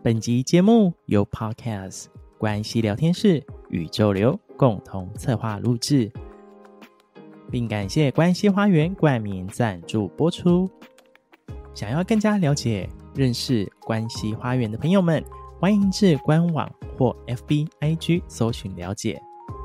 本集节目由 Podcast 关系聊天室宇宙流共同策划录制，并感谢关系花园冠名赞助播出。想要更加了解认识关系花园的朋友们，欢迎至官网或 FB、IG 搜寻了解。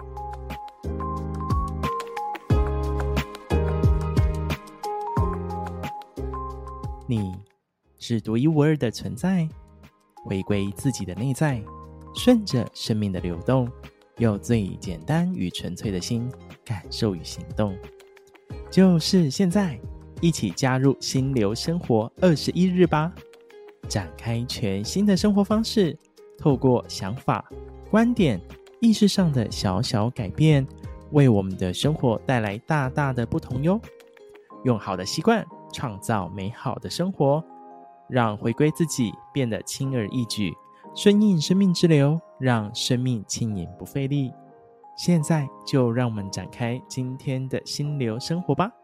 你是独一无二的存在，回归自己的内在，顺着生命的流动，用最简单与纯粹的心感受与行动。就是现在，一起加入心流生活21日吧，展开全新的生活方式，透过想法、观点、意识上的小小改变，为我们的生活带来大大的不同哟。用好的习惯创造美好的生活，让回归自己变得轻而易举，顺应生命之流，让生命轻盈不费力。现在就让我们展开今天的心流生活吧。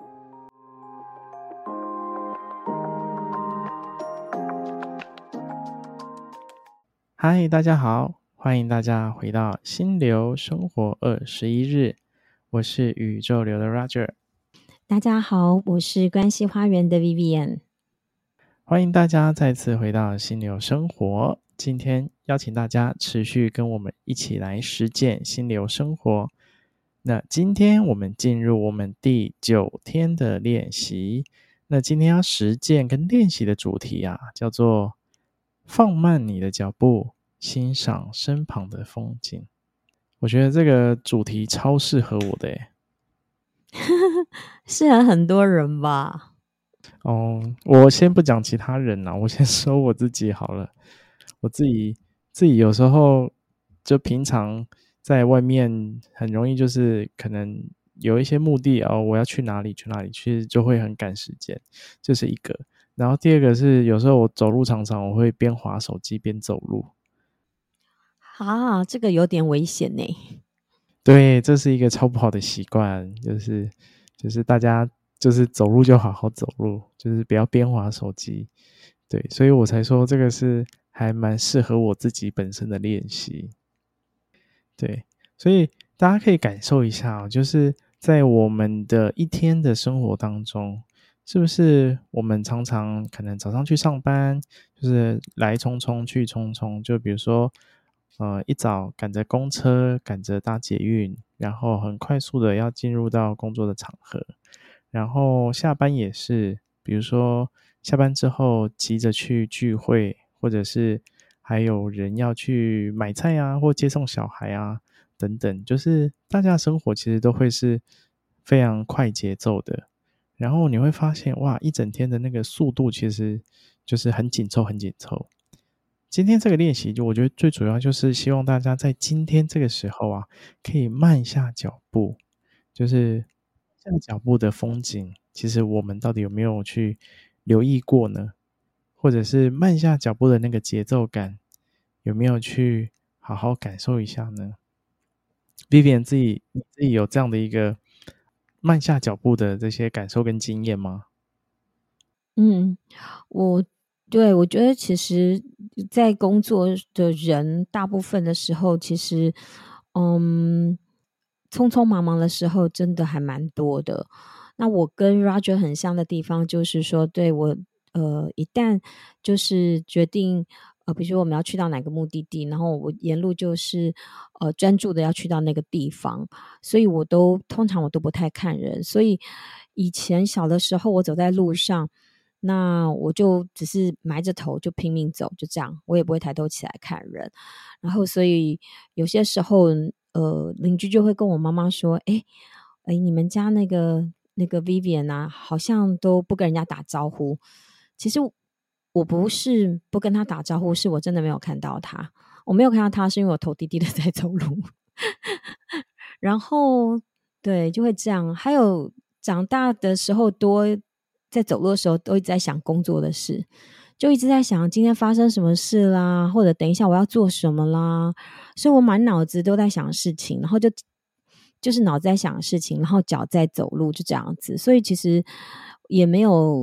嗨，大家好，欢迎大家回到心流生活21日，我是宇宙流的 Roger。 大家好，我是关系花园的 Vivian。 欢迎大家再次回到心流生活，今天邀请大家持续跟我们一起来实践心流生活。那今天我们进入我们第9天的练习，那今天要实践跟练习的主题叫做放慢你的脚步，欣赏身旁的风景。我觉得这个主题超适合我的耶。 适合很多人吧。 我先不讲其他人我先说我自己好了。我自己有时候就平常在外面很容易就是可能有一些目的我要去哪里去哪里，其实就会很赶时间，这是一个。然后第二个是有时候我走路常常我会边滑手机边走路。 这个有点危险呢。 对，这是一个超不好的习惯，就是大家就是走路就好好走路，就是不要边滑手机。对，所以我才说这个是还蛮适合我自己本身的练习。对，所以大家可以感受一下就是在我们的一天的生活当中，是不是我们常常可能早上去上班，就是来匆匆去匆匆，就比如说一早赶着公车，赶着搭捷运，然后很快速的要进入到工作的场合，然后下班也是，比如说下班之后急着去聚会，或者是还有人要去买菜或接送小孩等等，就是大家的生活其实都会是非常快节奏的，然后你会发现哇，一整天的那个速度其实就是很紧凑很紧凑。今天这个练习我觉得最主要就是希望大家在今天这个时候可以慢下脚步，就是这样脚步的风景，其实我们到底有没有去留意过呢？或者是慢下脚步的那个节奏感，有没有去好好感受一下呢？ Vivian 你自己有这样的一个慢下脚步的这些感受跟经验吗？ 我觉得其实在工作的人大部分的时候，其实匆匆忙忙的时候真的还蛮多的。那我跟 Roger 很像的地方就是说，对，我一旦就是决定比如说我们要去到哪个目的地，然后我沿路就是专注的要去到那个地方，所以通常我都不太看人。所以以前小的时候我走在路上，那我就只是埋着头就拼命走，就这样，我也不会抬头起来看人。然后所以有些时候邻居就会跟我妈妈说，你们家那个 Vivian 好像都不跟人家打招呼。其实我不是不跟他打招呼，是我真的没有看到他。我没有看到他是因为我头低低的在走路。然后对，就会这样。还有长大的时候在走路的时候都一直在想工作的事，就一直在想今天发生什么事啦，或者等一下我要做什么啦，所以我满脑子都在想事情，然后就是脑子在想事情，然后脚在走路，就这样子。所以其实也没有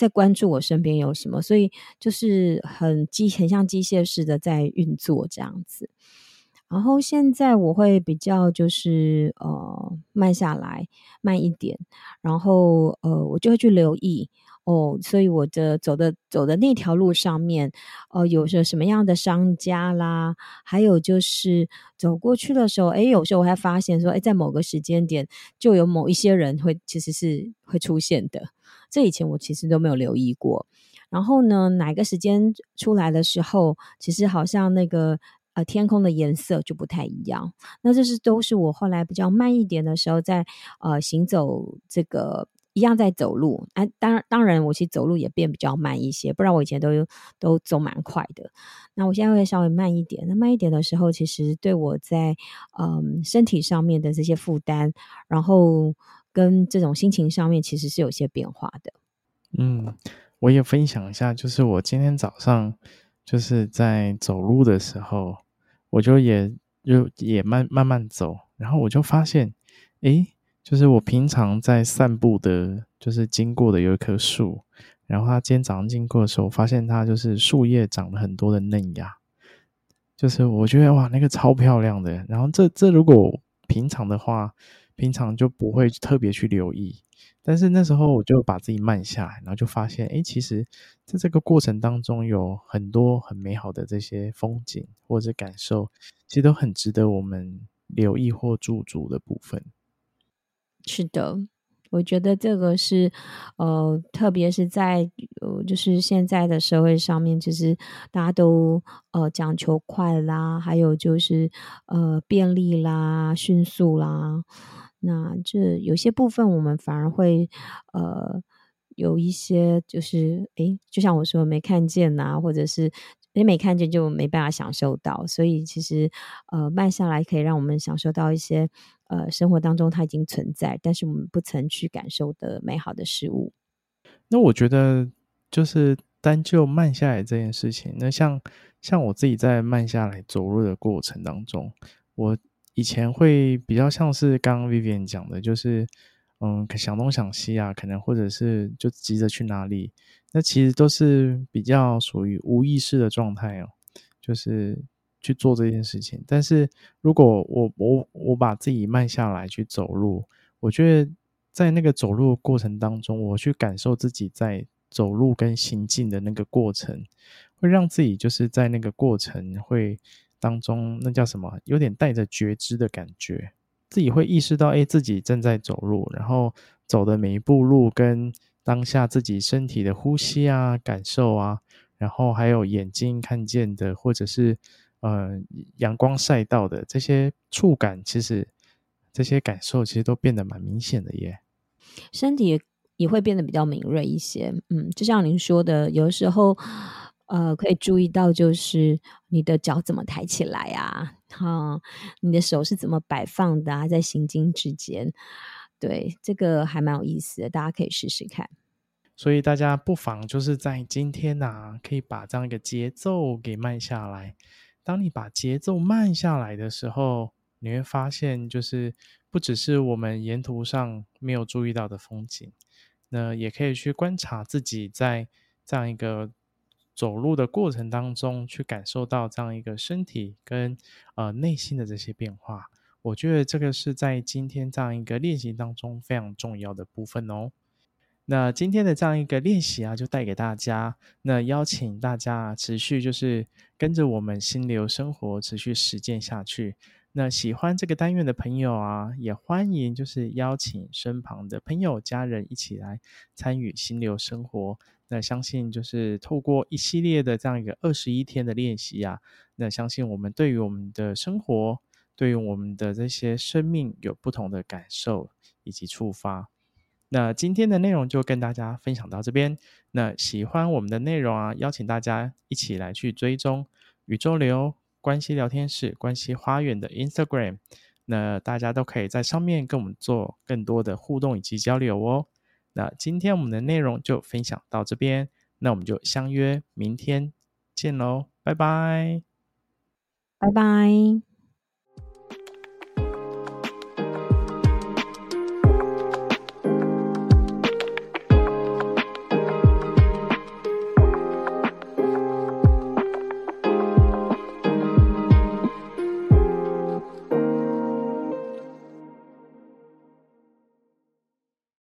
在关注我身边有什么，所以就是很像机械式的在运作这样子。然后现在我会比较就是慢下来，慢一点，然后我就会去留意所以我走的那条路上面，有着什么样的商家啦，还有就是走过去的时候，有时候我还发现说，在某个时间点就有某一些人其实是会出现的，这以前我其实都没有留意过。然后呢，哪个时间出来的时候，其实好像那个天空的颜色就不太一样。那都是我后来比较慢一点的时候，在行走这个一样在走路，当然我其实走路也变比较慢一些，不然我以前都走蛮快的。那我现在会稍微慢一点，那慢一点的时候，其实对我在身体上面的这些负担，然后跟这种心情上面，其实是有些变化的。 我也分享一下，就是我今天早上就是在走路的时候，我也慢慢走，然后我就发现，就是我平常在散步的，就是经过的有一棵树，然后它今天早上经过的时候，发现它就是树叶长了很多的嫩芽，就是我觉得哇，那个超漂亮的。然后这如果平常的话，平常就不会特别去留意，但是那时候我就把自己慢下来，然后就发现，其实在这个过程当中有很多很美好的这些风景或者感受，其实都很值得我们留意或驻足的部分。 是的，我觉得这个是，特别是在就是现在的社会上面，其实大家都讲求快啦，还有就是便利啦、迅速啦。那这有些部分我们反而会有一些就是就像我说没看见呐、或者是没看见就没办法享受到，所以其实慢下来可以让我们享受到一些生活当中它已经存在，但是我们不曾去感受的美好的事物。 那我觉得就是单就慢下来这件事情，那像我自己在慢下来走路的过程当中，我以前会比较像是刚刚 Vivian 讲的，就是想东想西啊，可能或者是就急着去哪里，那其实都是比较属于无意识的状态哦，就是去做这件事情。但是如果我把自己慢下来去走路，我觉得在那个走路的过程当中，我去感受自己在走路跟行进的那个过程，会让自己就是在那个过程会当中，那叫什么，有点带着觉知的感觉，自己会意识到，自己正在走路，然后走的每一步路跟当下自己身体的呼吸啊、感受啊，然后还有眼睛看见的，或者是阳光晒到的这些触感，其实这些感受其实都变得蛮明显的耶。 身体也会变得比较敏锐一些。就像您说的，有的时候，可以注意到就是你的脚怎么抬起来啊，你的手是怎么摆放的啊，在行经之间。对，这个还蛮有意思的，大家可以试试看。 所以大家不妨就是在今天可以把这样一个节奏给慢下来。当你把节奏慢下来的时候，你会发现就是不只是我们沿途上没有注意到的风景，那也可以去观察自己在这样一个走路的过程当中，去感受到这样一个身体跟内心的这些变化。我觉得这个是在今天这样一个练习当中非常重要的部分哦。那今天的这样一个练习就带给大家，那邀请大家持续就是跟着我们心流生活持续实践下去。那喜欢这个单元的朋友也欢迎就是邀请身旁的朋友家人一起来参与心流生活。那相信就是透过一系列的这样一个21天的练习那相信我们对于我们的生活，对于我们的这些生命有不同的感受以及触发。那今天的内容就跟大家分享到这边。那喜欢我们的内容邀请大家一起来去追踪宇宙流关系聊天室、关系花园的 Instagram。那大家都可以在上面跟我们做更多的互动以及交流哦。那今天我们的内容就分享到这边，那我们就相约明天见喽，拜拜。 拜拜。